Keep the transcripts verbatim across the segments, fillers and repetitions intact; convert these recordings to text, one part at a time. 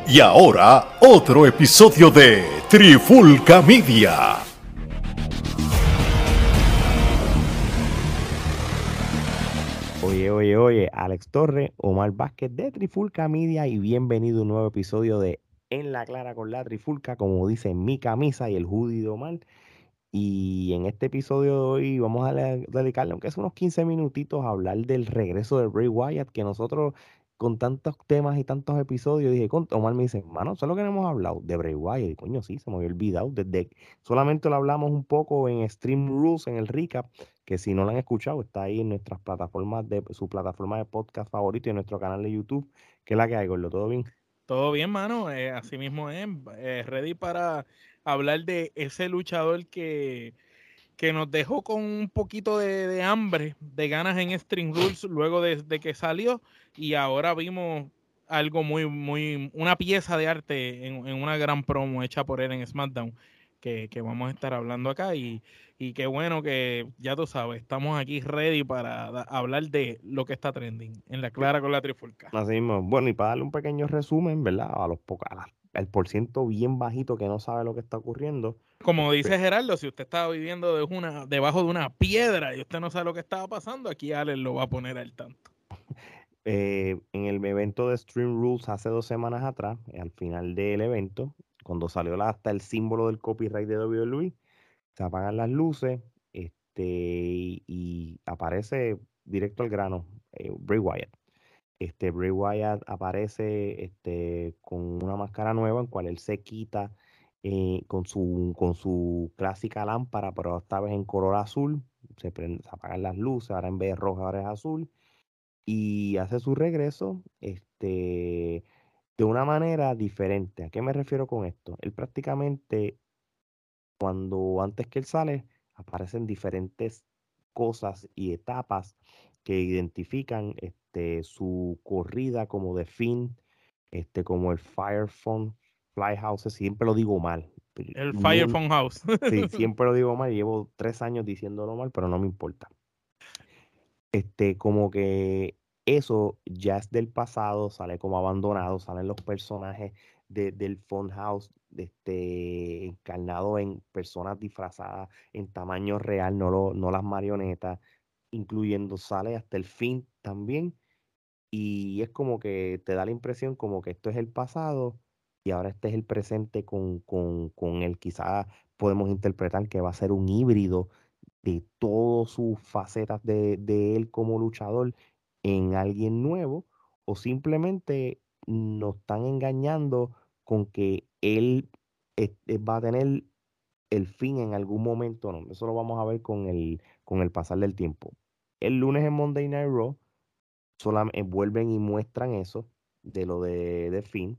Y ahora, otro episodio de Trifulca Media. Oye, oye, oye, Alex Torres, Omar Vázquez de Trifulca Media y bienvenido a un nuevo episodio de En la Clara con la Trifulca, como dice mi camisa y el hoodie de Omar. Y en este episodio de hoy vamos a le- dedicarle, aunque es unos quince minutitos, a hablar del regreso de Bray Wyatt, que nosotros con tantos temas y tantos episodios, dije, con, Omar me dice, mano, eso es lo que no hemos hablado de Bray Wyatt. Y coño, sí, se me había olvidado. Desde, solamente lo hablamos un poco en Stream Rules, en el recap, que si no lo han escuchado, está ahí en nuestras plataformas, de su plataforma de podcast favorito y en nuestro canal de YouTube, que es la que hay, Gordo, ¿todo bien? Todo bien, mano. Eh, así mismo es. Eh, ready para hablar de ese luchador que, que nos dejó con un poquito de, de hambre, de ganas en String Rules luego de, de que salió. Y ahora vimos algo muy, muy, una pieza de arte en, en una gran promo hecha por él en SmackDown, que, que vamos a estar hablando acá. Y, y qué bueno que, ya tú sabes, estamos aquí ready para da- hablar de lo que está trending en la Clara con la Trifulca. Así mismo. Bueno, y para darle un pequeño resumen, ¿verdad? A los poca- a la- al porciento bien bajito que no sabe lo que está ocurriendo. Como Este, dice Gerardo, si usted estaba viviendo de una, debajo de una piedra y usted no sabe lo que estaba pasando, aquí Alex lo va a poner al tanto. eh, en el evento de Stream Rules hace dos semanas atrás, eh, al final del evento, cuando salió la- hasta el símbolo del copyright de W W E, se apagan las luces, este, y, y aparece directo al grano, eh, Bray Wyatt. Este, Bray Wyatt aparece este, con una máscara nueva en cual él se quita eh, con su, con su clásica lámpara, pero esta vez en color azul. Se, prende- se apagan las luces, ahora en vez de roja, ahora es azul. Y hace su regreso este, de una manera diferente. ¿A qué me refiero con esto? Él prácticamente, cuando antes que él sale, aparecen diferentes cosas y etapas que identifican este, su corrida como de Finn, este, como el Fire Fun Fly House, siempre lo digo mal. pero El Fire no- Phone House. sí, siempre lo digo mal, llevo tres años diciéndolo mal, pero no me importa. Este, como que eso ya es del pasado, sale como abandonado, salen los personajes de- del Funhouse, de este, encarnados en personas disfrazadas en tamaño real, no, lo- no las marionetas, incluyendo sale hasta el fin también, y es como que te da la impresión como que esto es el pasado y ahora este es el presente con, con, con el quizás podemos interpretar que va a ser un híbrido de todas sus facetas de, de él como luchador en alguien nuevo, o simplemente nos están engañando con que él eh, eh, va a tener el fin en algún momento. No, eso lo vamos a ver con el, con el pasar del tiempo. El lunes en Monday Night Raw solamente vuelven y muestran eso de lo de, de Finn.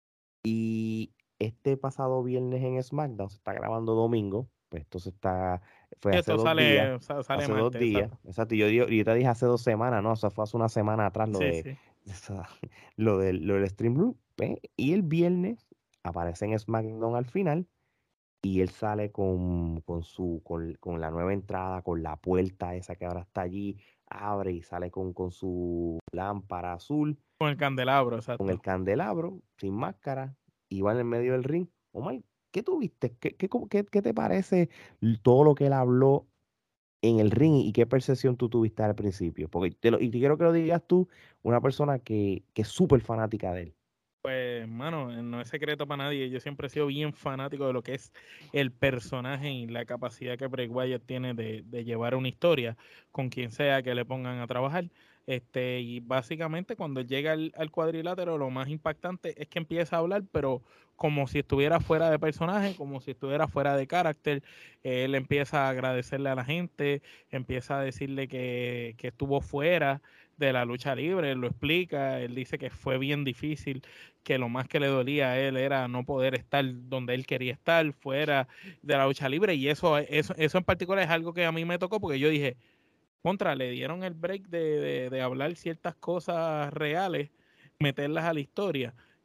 Y este pasado viernes en SmackDown, se está grabando domingo, pues esto se está, fue hace Esto dos días, sale, sa- sale hace dos martes, días, exacto. exacto, yo, di- yo te dije hace dos semanas, ¿no? O sea, fue hace una semana atrás lo Sí, de, sí. esa- lo del, lo del Stream Room, ¿ve? Y el viernes aparece en SmackDown al final y él sale con, con su, con, con la nueva entrada, con la puerta esa que ahora está allí, abre y sale con, con su lámpara azul Con el candelabro, con el exacto. candelabro, sin máscara, iba en el medio del ring. Omar, ¿qué tuviste? ¿Qué, qué, cómo- qué- qué te parece l- todo lo que él habló en el ring y qué percepción tú tuviste al principio? Porque te lo, y te quiero que lo digas tú, una persona que, que es súper fanática de él. Pues, mano, eh, no es secreto para nadie. Yo siempre he sido bien fanático de lo que es el personaje y la capacidad que Bray Wyatt tiene de, de llevar una historia con quien sea que le pongan a trabajar. Este, y básicamente cuando llega al, al cuadrilátero, lo más impactante es que empieza a hablar, pero como si estuviera fuera de personaje, como si estuviera fuera de carácter. Él empieza a agradecerle a la gente, empieza a decirle que, que estuvo fuera de la lucha libre, él lo explica, él dice que fue bien difícil, que lo más que le dolía a él era no poder estar donde él quería estar, fuera de la lucha libre, y eso, eso, eso en particular es algo que a mí me tocó porque yo dije, contra, le dieron el break de, de, de hablar ciertas cosas reales, meterlas a la historia,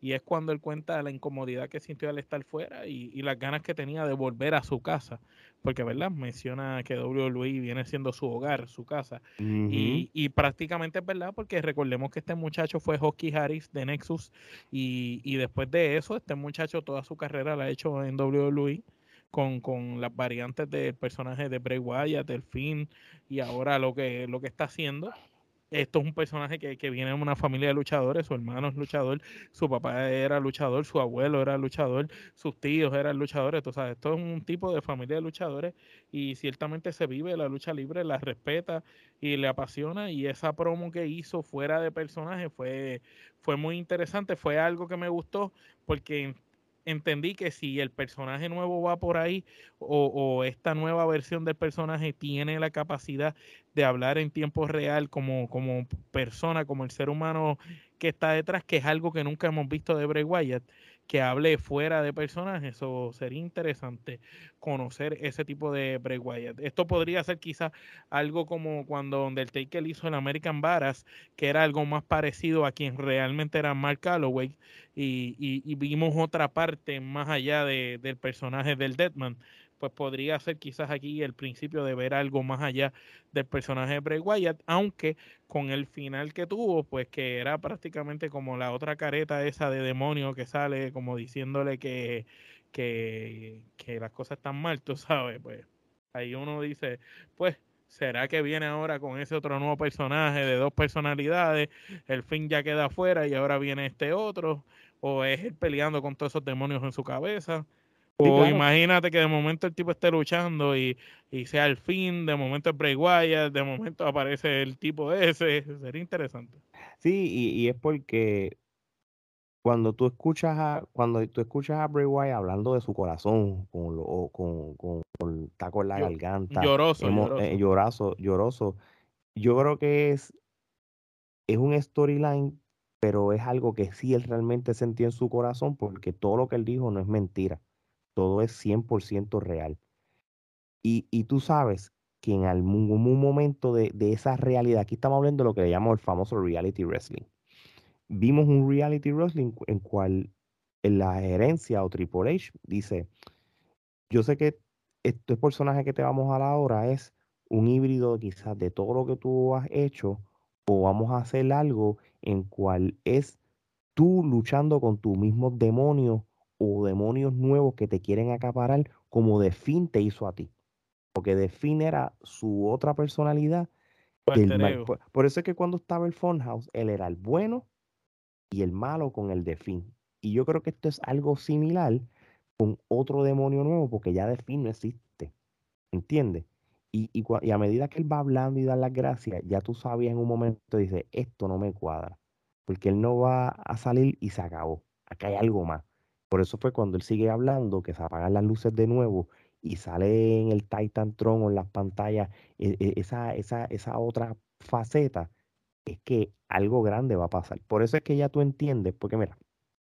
y es cuando él cuenta la incomodidad que sintió al estar fuera y, y las ganas que tenía de volver a su casa, porque verdad menciona que doble u doble u E viene siendo su hogar, su casa, Ujú. y, y prácticamente es verdad, porque recordemos que este muchacho fue Husky Harris de Nexus, y, y después de eso este muchacho toda su carrera la ha hecho en doble u doble u E con, con las variantes del personaje de Bray Wyatt, del Finn, y ahora lo que, lo que está haciendo. Esto es un personaje que, que viene de una familia de luchadores, su hermano es luchador, su papá era luchador, su abuelo era luchador, sus tíos eran luchadores, tú sabes, esto es un tipo de familia de luchadores y ciertamente se vive la lucha libre, la respeta y le apasiona, y esa promo que hizo fuera de personaje fue, fue muy interesante, fue algo que me gustó porque entendí que si el personaje nuevo va por ahí o, o esta nueva versión del personaje tiene la capacidad de hablar en tiempo real como, como persona, como el ser humano que está detrás, que es algo que nunca hemos visto de Bray Wyatt, que hable fuera de personajes. Eso sería interesante conocer ese tipo de Bray Wyatt. Esto podría ser quizás algo como cuando Undertaker hizo el American Badass, que era algo más parecido a quien realmente era Mark Calloway, y, y, y vimos otra parte más allá de, del personaje del Deadman. Pues podría ser quizás aquí el principio de ver algo más allá del personaje de Bray Wyatt, aunque con el final que tuvo, pues que era prácticamente como la otra careta esa de demonio que sale como diciéndole que, que, que las cosas están mal, tú sabes, pues ahí uno dice, pues, ¿será que viene ahora con ese otro nuevo personaje de dos personalidades? El fin ya queda afuera y ahora viene este otro, o es él peleando con todos esos demonios en su cabeza. Sí, O claro. imagínate que de momento el tipo esté luchando y, y sea el fin, de momento es Bray Wyatt, de momento aparece el tipo ese, sería interesante. Sí, y, y es porque cuando tú escuchas a, cuando tú escuchas a Bray Wyatt hablando de su corazón, con, lo, o con, con, con el taco en la Yo, garganta, lloroso, emo- eh, lloroso. llorazo, lloroso, yo creo que es, es un storyline, pero es algo que sí él realmente sentía en su corazón, porque todo lo que él dijo no es mentira, todo es cien por ciento real. Y, y tú sabes que en algún, un momento de, de esa realidad, aquí estamos hablando de lo que le llamamos el famoso reality wrestling. Vimos un reality wrestling en cual la gerencia o Triple H dice, yo sé que este personaje que te vamos a dar ahora es un híbrido quizás de todo lo que tú has hecho, o vamos a hacer algo en cual es tú luchando con tus mismos demonios o demonios nuevos que te quieren acaparar, como The Fiend te hizo a ti. Porque The Fiend era su otra personalidad del Alter mal. ego. Por, por eso es que cuando estaba el Funhouse, él era el bueno y el malo con el The Fiend. Y yo creo que esto es algo similar con otro demonio nuevo, porque ya The Fiend no existe, ¿entiendes? Y, y, cua- y a medida que él va hablando y da las gracias, ya tú sabías en un momento, dice, esto no me cuadra, porque él no va a salir y se acabó. Acá hay algo más. Por eso fue cuando él sigue hablando, que se apagan las luces de nuevo y sale en el Titan Tron o en las pantallas e- e- esa, esa, esa otra faceta, es que algo grande va a pasar. Por eso es que ya tú entiendes, porque mira,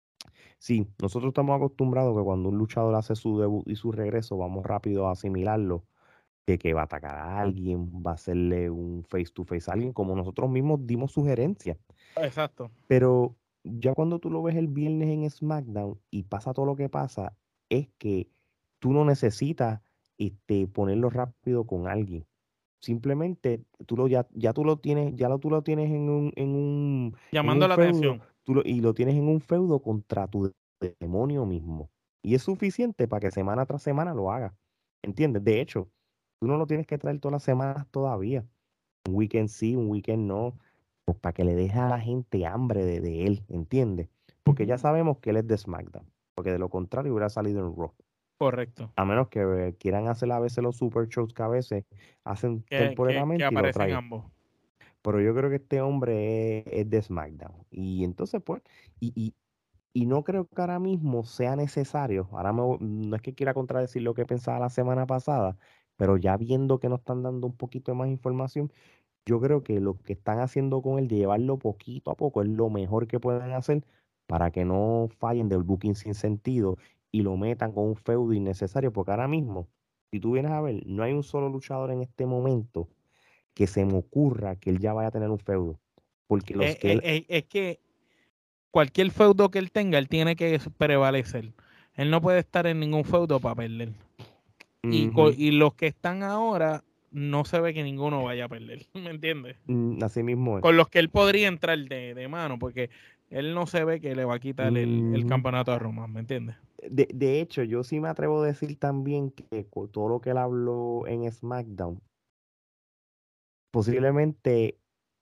sí, nosotros estamos acostumbrados que cuando un luchador hace su debut y su regreso, vamos rápido a asimilarlo, de que va a atacar a alguien, va a hacerle un face to face a alguien, como nosotros mismos dimos sugerencias. Exacto. Pero ya cuando tú lo ves el viernes en SmackDown y pasa todo lo que pasa, es que tú no necesitas este, ponerlo rápido con alguien. Simplemente tú lo ya, ya tú lo tienes, ya lo, tú lo tienes en un, en un, en Llamando un la feudo, atención. tú lo- y lo tienes en un feudo contra tu de- demonio mismo. Y es suficiente para que semana tras semana lo haga. ¿Entiendes? De hecho, tú no lo tienes que traer todas las semanas todavía. Un weekend sí, un weekend no, pues para que le deje a la gente hambre de, de él, ¿entiendes? Porque ya sabemos que él es de SmackDown, porque de lo contrario hubiera salido en Raw. Correcto. A menos que eh, quieran hacer a veces los super shows que a veces hacen Que, que, que temporalmente y lo aparecen traigan. ambos. Pero yo creo que este hombre es, es de SmackDown. Y entonces, pues, y, y, y no creo que ahora mismo sea necesario. Ahora me voy- no es que quiera contradecir lo que pensaba la semana pasada, pero ya viendo que nos están dando un poquito de más información, yo creo que lo que están haciendo con él, de llevarlo poquito a poco, es lo mejor que pueden hacer para que no fallen del booking sin sentido y lo metan con un feudo innecesario, porque ahora mismo, si tú vienes a ver, no hay un solo luchador en este momento que se me ocurra que él ya vaya a tener un feudo, porque los Es, que es- él, es- es que cualquier feudo que él tenga, él tiene que prevalecer. Él no puede estar en ningún feudo para perder. Y, co- Ujú. y los que están ahora, no se ve que ninguno vaya a perder, ¿me entiendes? Mm, Así mismo es. Con los que él podría entrar de, de mano, porque él no se ve que le va a quitar el, el Ujú. campeonato a Roman, ¿me entiendes? De, de hecho, yo sí me atrevo a decir también que con todo lo que él habló en SmackDown, posiblemente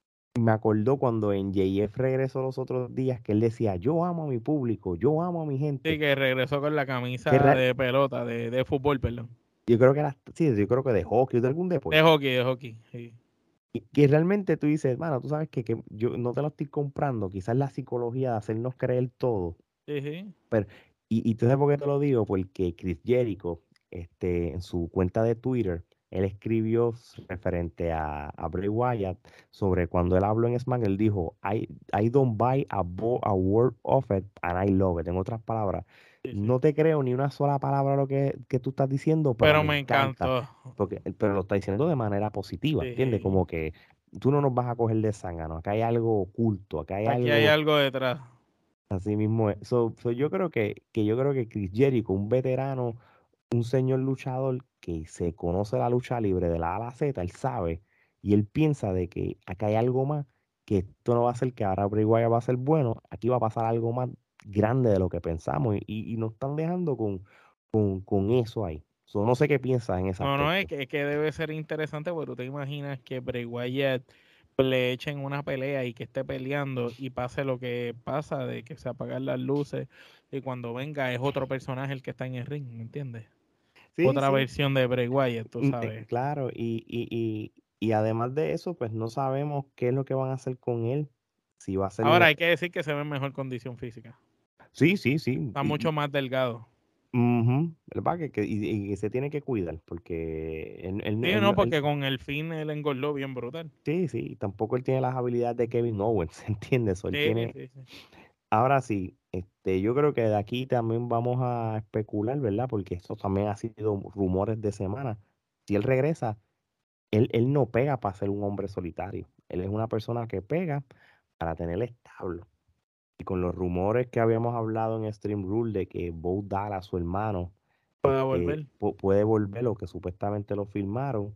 me acordó cuando en J F regresó los otros días que él decía, yo amo a mi público, yo amo a mi Sí, gente. que regresó con la Que camisa real- de pelota, de, de fútbol, perdón. yo creo que era, sí, yo creo que de hockey, de algún De deporte. hockey, de hockey. Sí, Y que realmente tú dices, mano, tú sabes que, que yo no te lo estoy comprando, quizás la psicología de hacernos creer todo. sí, sí. Pero, y, y tú sabes por qué te lo digo, porque Chris Jericho, este, en su cuenta de Twitter, él escribió s- referente a, a Bray Wyatt sobre cuando él habló en SmackDown, él dijo, I, I don't buy a, bo- a word of it and I love it. En otras palabras, Sí, sí. no te creo ni una sola palabra lo que, que tú estás diciendo, pero Pero me me encanta. encantó. Porque, pero lo está diciendo de manera positiva, ¿entiendes? Sí. Como que tú no nos vas a coger de zángano, acá hay algo oculto, acá hay Aquí hay algo. algo detrás. Así mismo es. So, so yo creo que, que yo creo que Chris Jericho, un veterano, un señor luchador que se conoce la lucha libre de la A a la Z, él sabe y él piensa de que acá hay algo más, que esto no va a ser que ahora Bray Wyatt va a ser bueno, aquí va a pasar algo más grande de lo que pensamos y, y, y nos están dejando con, con, con eso ahí. So, no sé qué piensas en ese No, no, es aspecto. que, es que debe ser interesante porque tú te imaginas que Bray Wyatt le echen una pelea y que esté peleando y pase lo que pasa de que se apagan las luces y cuando venga es otro personaje el que está en el ring, ¿me entiendes? Sí, Otra sí, versión de Bray Wyatt, tú mm, eh, sabes. claro, y, y, y, y además de eso, pues no sabemos qué es lo que van a hacer con él. Si va a ser Ahora lo... hay que decir que se ve en mejor condición física. Sí, sí, sí. Está Y, mucho más delgado. ujú, ¿verdad? Que, que- y, y que se tiene que cuidar porque él, él- Sí, él- no, él- porque con el fin él engordó bien brutal. sí, sí, tampoco él tiene las habilidades de Kevin Owens, ¿entiendes? So, él Sí, tiene, sí, sí. ahora sí, este, yo creo que de aquí también vamos a especular, ¿verdad? Porque esto también ha sido rumores de semana. Si él regresa, él, él no pega para ser un hombre solitario. Él es una persona que pega para tener establo. Y con los rumores que habíamos hablado en Stream Rule de que Bo Dallas, su hermano, Pueda este, volver. pu- puede volver o que supuestamente lo firmaron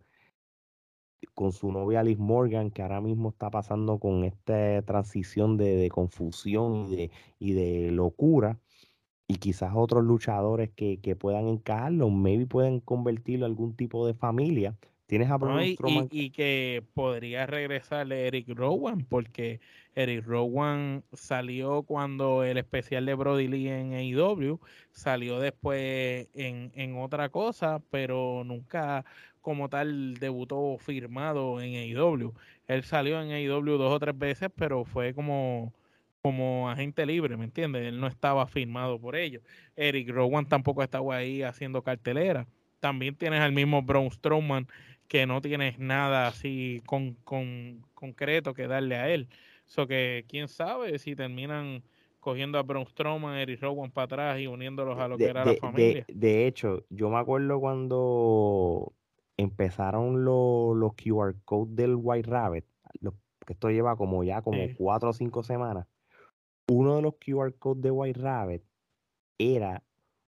con su novia Liz Morgan, que ahora mismo está pasando con esta transición de, de confusión y de, y de locura, y quizás otros luchadores que, que puedan encajarlo, maybe pueden convertirlo en algún tipo de familia. Tienes a ¿No? Braun Y, y, Strowman. y que podría regresarle Eric Rowan, porque Eric Rowan salió cuando el especial de Brody Lee en A E W, salió después en, en otra cosa, pero nunca como tal debutó firmado en A E W. Él salió en A E W dos o tres veces, pero fue como, como agente libre, ¿me entiendes? Él no estaba firmado por ellos. Eric Rowan tampoco estaba ahí haciendo cartelera. También tienes al mismo Braun Strowman que no tienes nada así con, con, concreto que darle a él. So que quién sabe si terminan cogiendo a Braun Strowman, Eric Rowan para atrás y uniéndolos a lo que De, era la de, de, familia. de hecho, yo me acuerdo cuando empezaron los, los Q R codes del White Rabbit, los- que esto lleva como ya como Sí. cuatro o cinco semanas. Uno de los Q R codes de White Rabbit era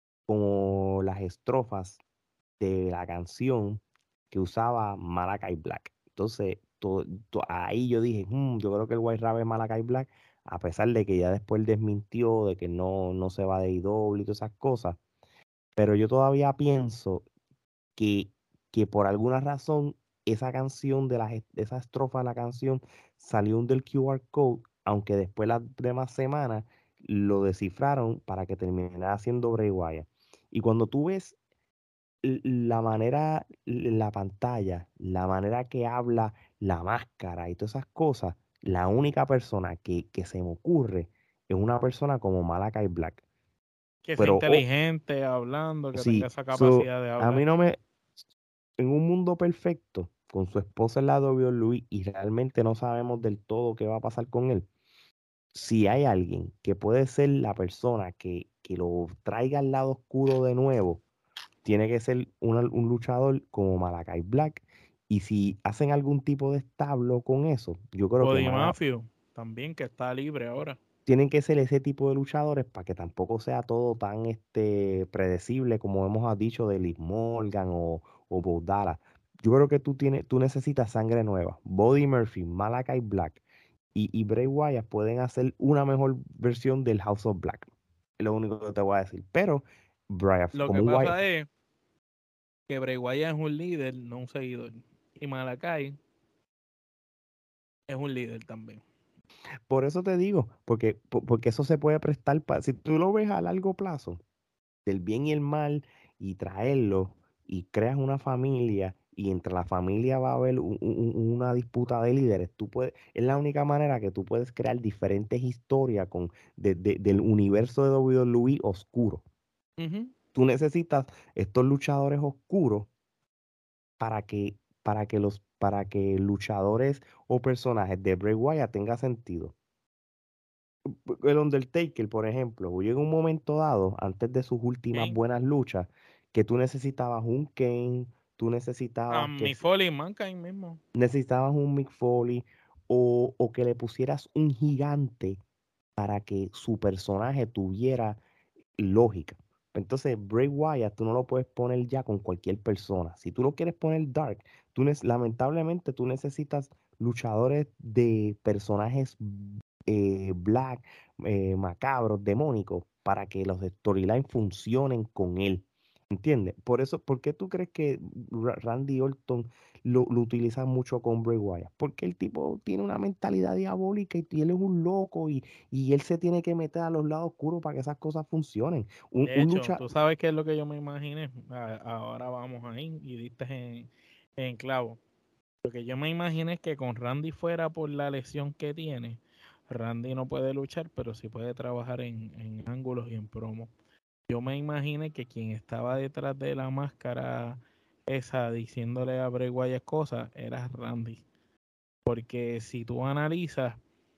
como las estrofas de la canción que usaba Malakai Black. Entonces, to- to- ahí yo dije, "Hmm, yo creo que el White Rabbit es Malakai Black, a pesar de que ya después él desmintió de que no, no se va de I W y todas esas cosas. Pero yo todavía pienso que, que por alguna razón esa canción, de, las, est- de esa estrofa de la canción, salió del Q R code, aunque después las demás semanas lo descifraron para que terminara siendo Bray Wyatt. Y cuando tú ves l- la manera, l- la pantalla, la manera que habla la máscara y todas esas cosas, la única persona que, que se me ocurre es una persona como Malakai Black. Que sea Pero, oh, inteligente hablando, que tenga sí, esa so, capacidad de a mí hablar. no me, en un mundo perfecto, con su esposa en la W W E y realmente no sabemos del todo qué va a pasar con él, si hay alguien que puede ser la persona que, que lo traiga al lado oscuro de nuevo, tiene que ser una- un luchador como Malakai Black. Y si hacen algún tipo de establo con eso, yo creo que Body Mala, Mafia también, que está libre ahora. tienen que ser ese tipo de luchadores para que tampoco sea todo tan este, predecible como hemos dicho de Liv Morgan o, o Bo Dallas. Yo creo que tú, tienes, tú necesitas sangre nueva. Buddy Murphy, Malachi Black y, y Bray Wyatt pueden hacer una mejor versión del House of Black. Es lo único que te voy a decir. Pero, Brian, Lo que como un Wyatt, pasa es que Bray Wyatt es un líder, no un seguidor. Y Malakai es un líder también. por eso te digo, porque, po- porque eso se puede prestar para, si tú lo ves a largo plazo, del bien y el mal, y traerlo, y creas una familia, y entre la familia va a haber un- un- una disputa de líderes, tú puedes, es la única manera que tú puedes crear diferentes historias con, de- de- del universo de W W E oscuro. Ujú. Tú necesitas estos luchadores oscuros para que, para que los, para que luchadores o personajes de Bray Wyatt tenga sentido. El Undertaker, por ejemplo, llega un momento dado, antes de sus últimas Kane. buenas luchas, que tú necesitabas un Kane, tú A necesitabas que mi s- Foley Mankind mismo. necesitabas un Mick Foley o, o que le pusieras un gigante para que su personaje tuviera lógica. Entonces, Bray Wyatt tú no lo puedes poner ya con cualquier persona. Si tú lo quieres poner dark, tú ne- lamentablemente tú necesitas luchadores de personajes eh, black, eh, macabros, demónicos, para que los storylines funcionen con él. ¿Entiendes? Por eso, ¿por qué tú crees que Ra- Randy Orton lo, lo utiliza mucho con Bray Wyatt? Porque el tipo tiene una mentalidad diabólica y, y él es un loco y, y él se tiene que meter a los lados oscuros para que esas cosas funcionen. Un, De un hecho, lucha, tú sabes qué es lo que yo me imaginé. A- Ahora vamos ahí y diste en, en clavo. Lo que yo me imaginé es que con Randy fuera por la lesión que tiene, Randy no puede luchar, pero sí puede trabajar en, en ángulos y en promo. Yo me imaginé que quien estaba detrás de la máscara esa diciéndole a Bray Wyatt cosas era Randy. Porque si tú analizas,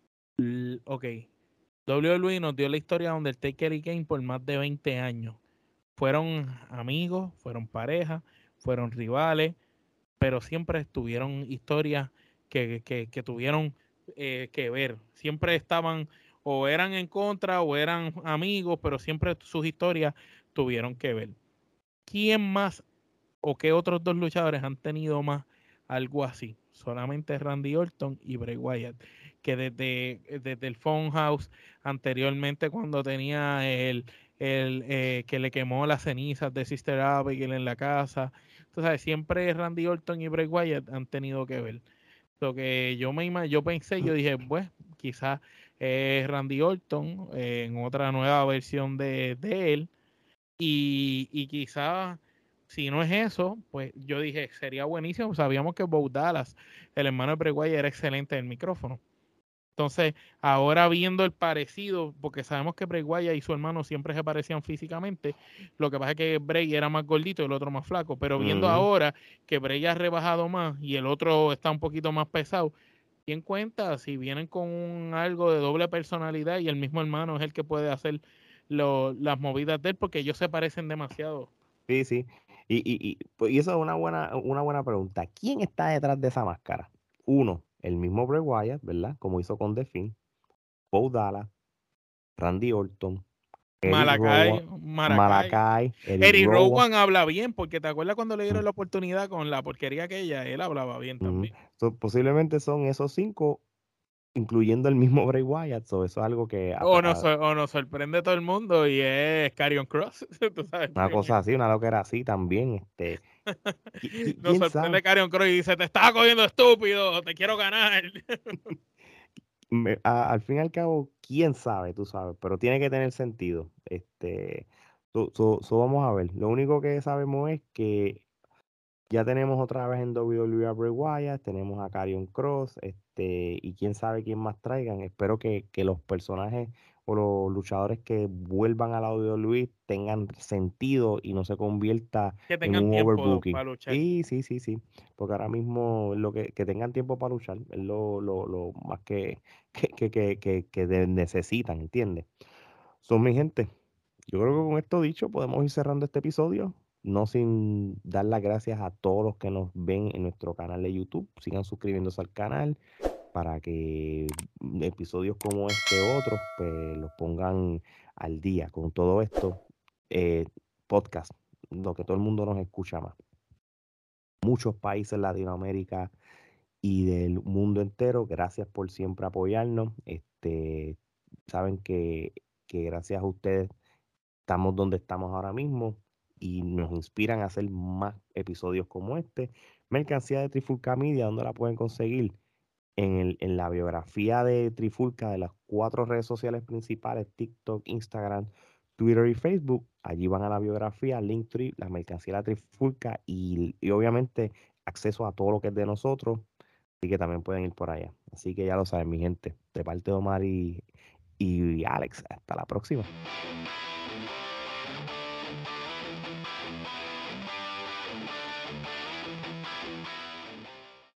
l- ok, W W E nos dio la historia de Undertaker y Kane por más de veinte años. Fueron amigos, fueron pareja, fueron rivales, pero siempre tuvieron historias que, que, que tuvieron eh, que ver. Siempre estaban o eran en contra o eran amigos, pero siempre sus historias tuvieron que ver. ¿Quién más o qué otros dos luchadores han tenido más algo así? Solamente Randy Orton y Bray Wyatt, que desde, desde el Funhouse, anteriormente cuando tenía el, el eh, que le quemó las cenizas de Sister Abigail en la casa, tú sabes, siempre Randy Orton y Bray Wyatt han tenido que ver. Lo que yo me ima- yo pensé, yo dije, pues, quizás es Randy Orton eh, en otra nueva versión de, de él, y, y quizás, si no es eso, pues yo dije, sería buenísimo. Sabíamos que Bo Dallas, el hermano de Bray Wyatt, era excelente en el micrófono. Entonces, ahora viendo el parecido, porque sabemos que Bray Wyatt y su hermano siempre se parecían físicamente, lo que pasa es que Bray era más gordito y el otro más flaco, pero viendo ujú, ahora que Bray ha rebajado más y el otro está un poquito más pesado, ¿quién cuenta si vienen con un- algo de doble personalidad y el mismo hermano es el que puede hacer lo- las movidas de él porque ellos se parecen demasiado? sí, sí. Y, y, y, pues, y eso es una buena, una buena pregunta. ¿Quién está detrás de esa máscara? Uno, el mismo Bray Wyatt, ¿verdad? Como hizo con The Fiend, Bo Dallas, Randy Orton, Eric Rowan, Maracay, Maracay. Malakai, Eric Eric Rowan. Rowan habla bien, porque te acuerdas cuando le dieron mm, la oportunidad con la porquería aquella, él hablaba bien mm. también. So, posiblemente son esos cinco, incluyendo el mismo Bray Wyatt. So, eso es algo que a- O nos, a- sor- o nos sorprende todo el mundo y es Carrion Cross. Tú sabes, una porque cosa así, una loquera así también. Este, qui- qui- nos ¿quién sabe? sorprende Carrion Cross y dice, te estaba cogiendo estúpido, te quiero ganar. Me- a- al fin y al cabo, quién sabe, tú sabes, pero tiene que tener sentido. Este, so- so- so vamos a ver. Lo único que sabemos es que ya tenemos otra vez en W W E a Bray Wyatt, tenemos a Karrion Cross, este, y quién sabe quién más traigan. Espero que, que los personajes o los luchadores que vuelvan a la W W E tengan sentido y no se convierta Que en tengan un tiempo overbooking. para luchar. Sí, sí, sí, sí. Porque ahora mismo lo que, que tengan tiempo para luchar es lo, lo, lo más que, que, que, que, que- que de- necesitan, ¿entiendes? Son mi gente. Yo creo que con esto dicho podemos ir cerrando este episodio. No sin dar las gracias a todos los que nos ven en nuestro canal de YouTube. Sigan suscribiéndose al canal. para que episodios como este otros pues los pongan al día con todo esto. eh, Podcast, lo que todo el mundo nos escucha más. Muchos países de Latinoamérica y del mundo entero, gracias por siempre apoyarnos. Este, saben que, que gracias a ustedes estamos donde estamos ahora mismo y nos inspiran a hacer más episodios como este. Mercancía de Trifulca Media, ¿dónde la pueden conseguir? En, el, en la biografía de Trifulca de las cuatro redes sociales principales, TikTok, Instagram, Twitter y Facebook. Allí van a la biografía, Linktree, la mercancía de la Trifulca y, y obviamente acceso a todo lo que es de nosotros. Así que también pueden ir por allá. Así que ya lo saben, mi gente. De parte de Omar y, y Alex. Hasta la próxima.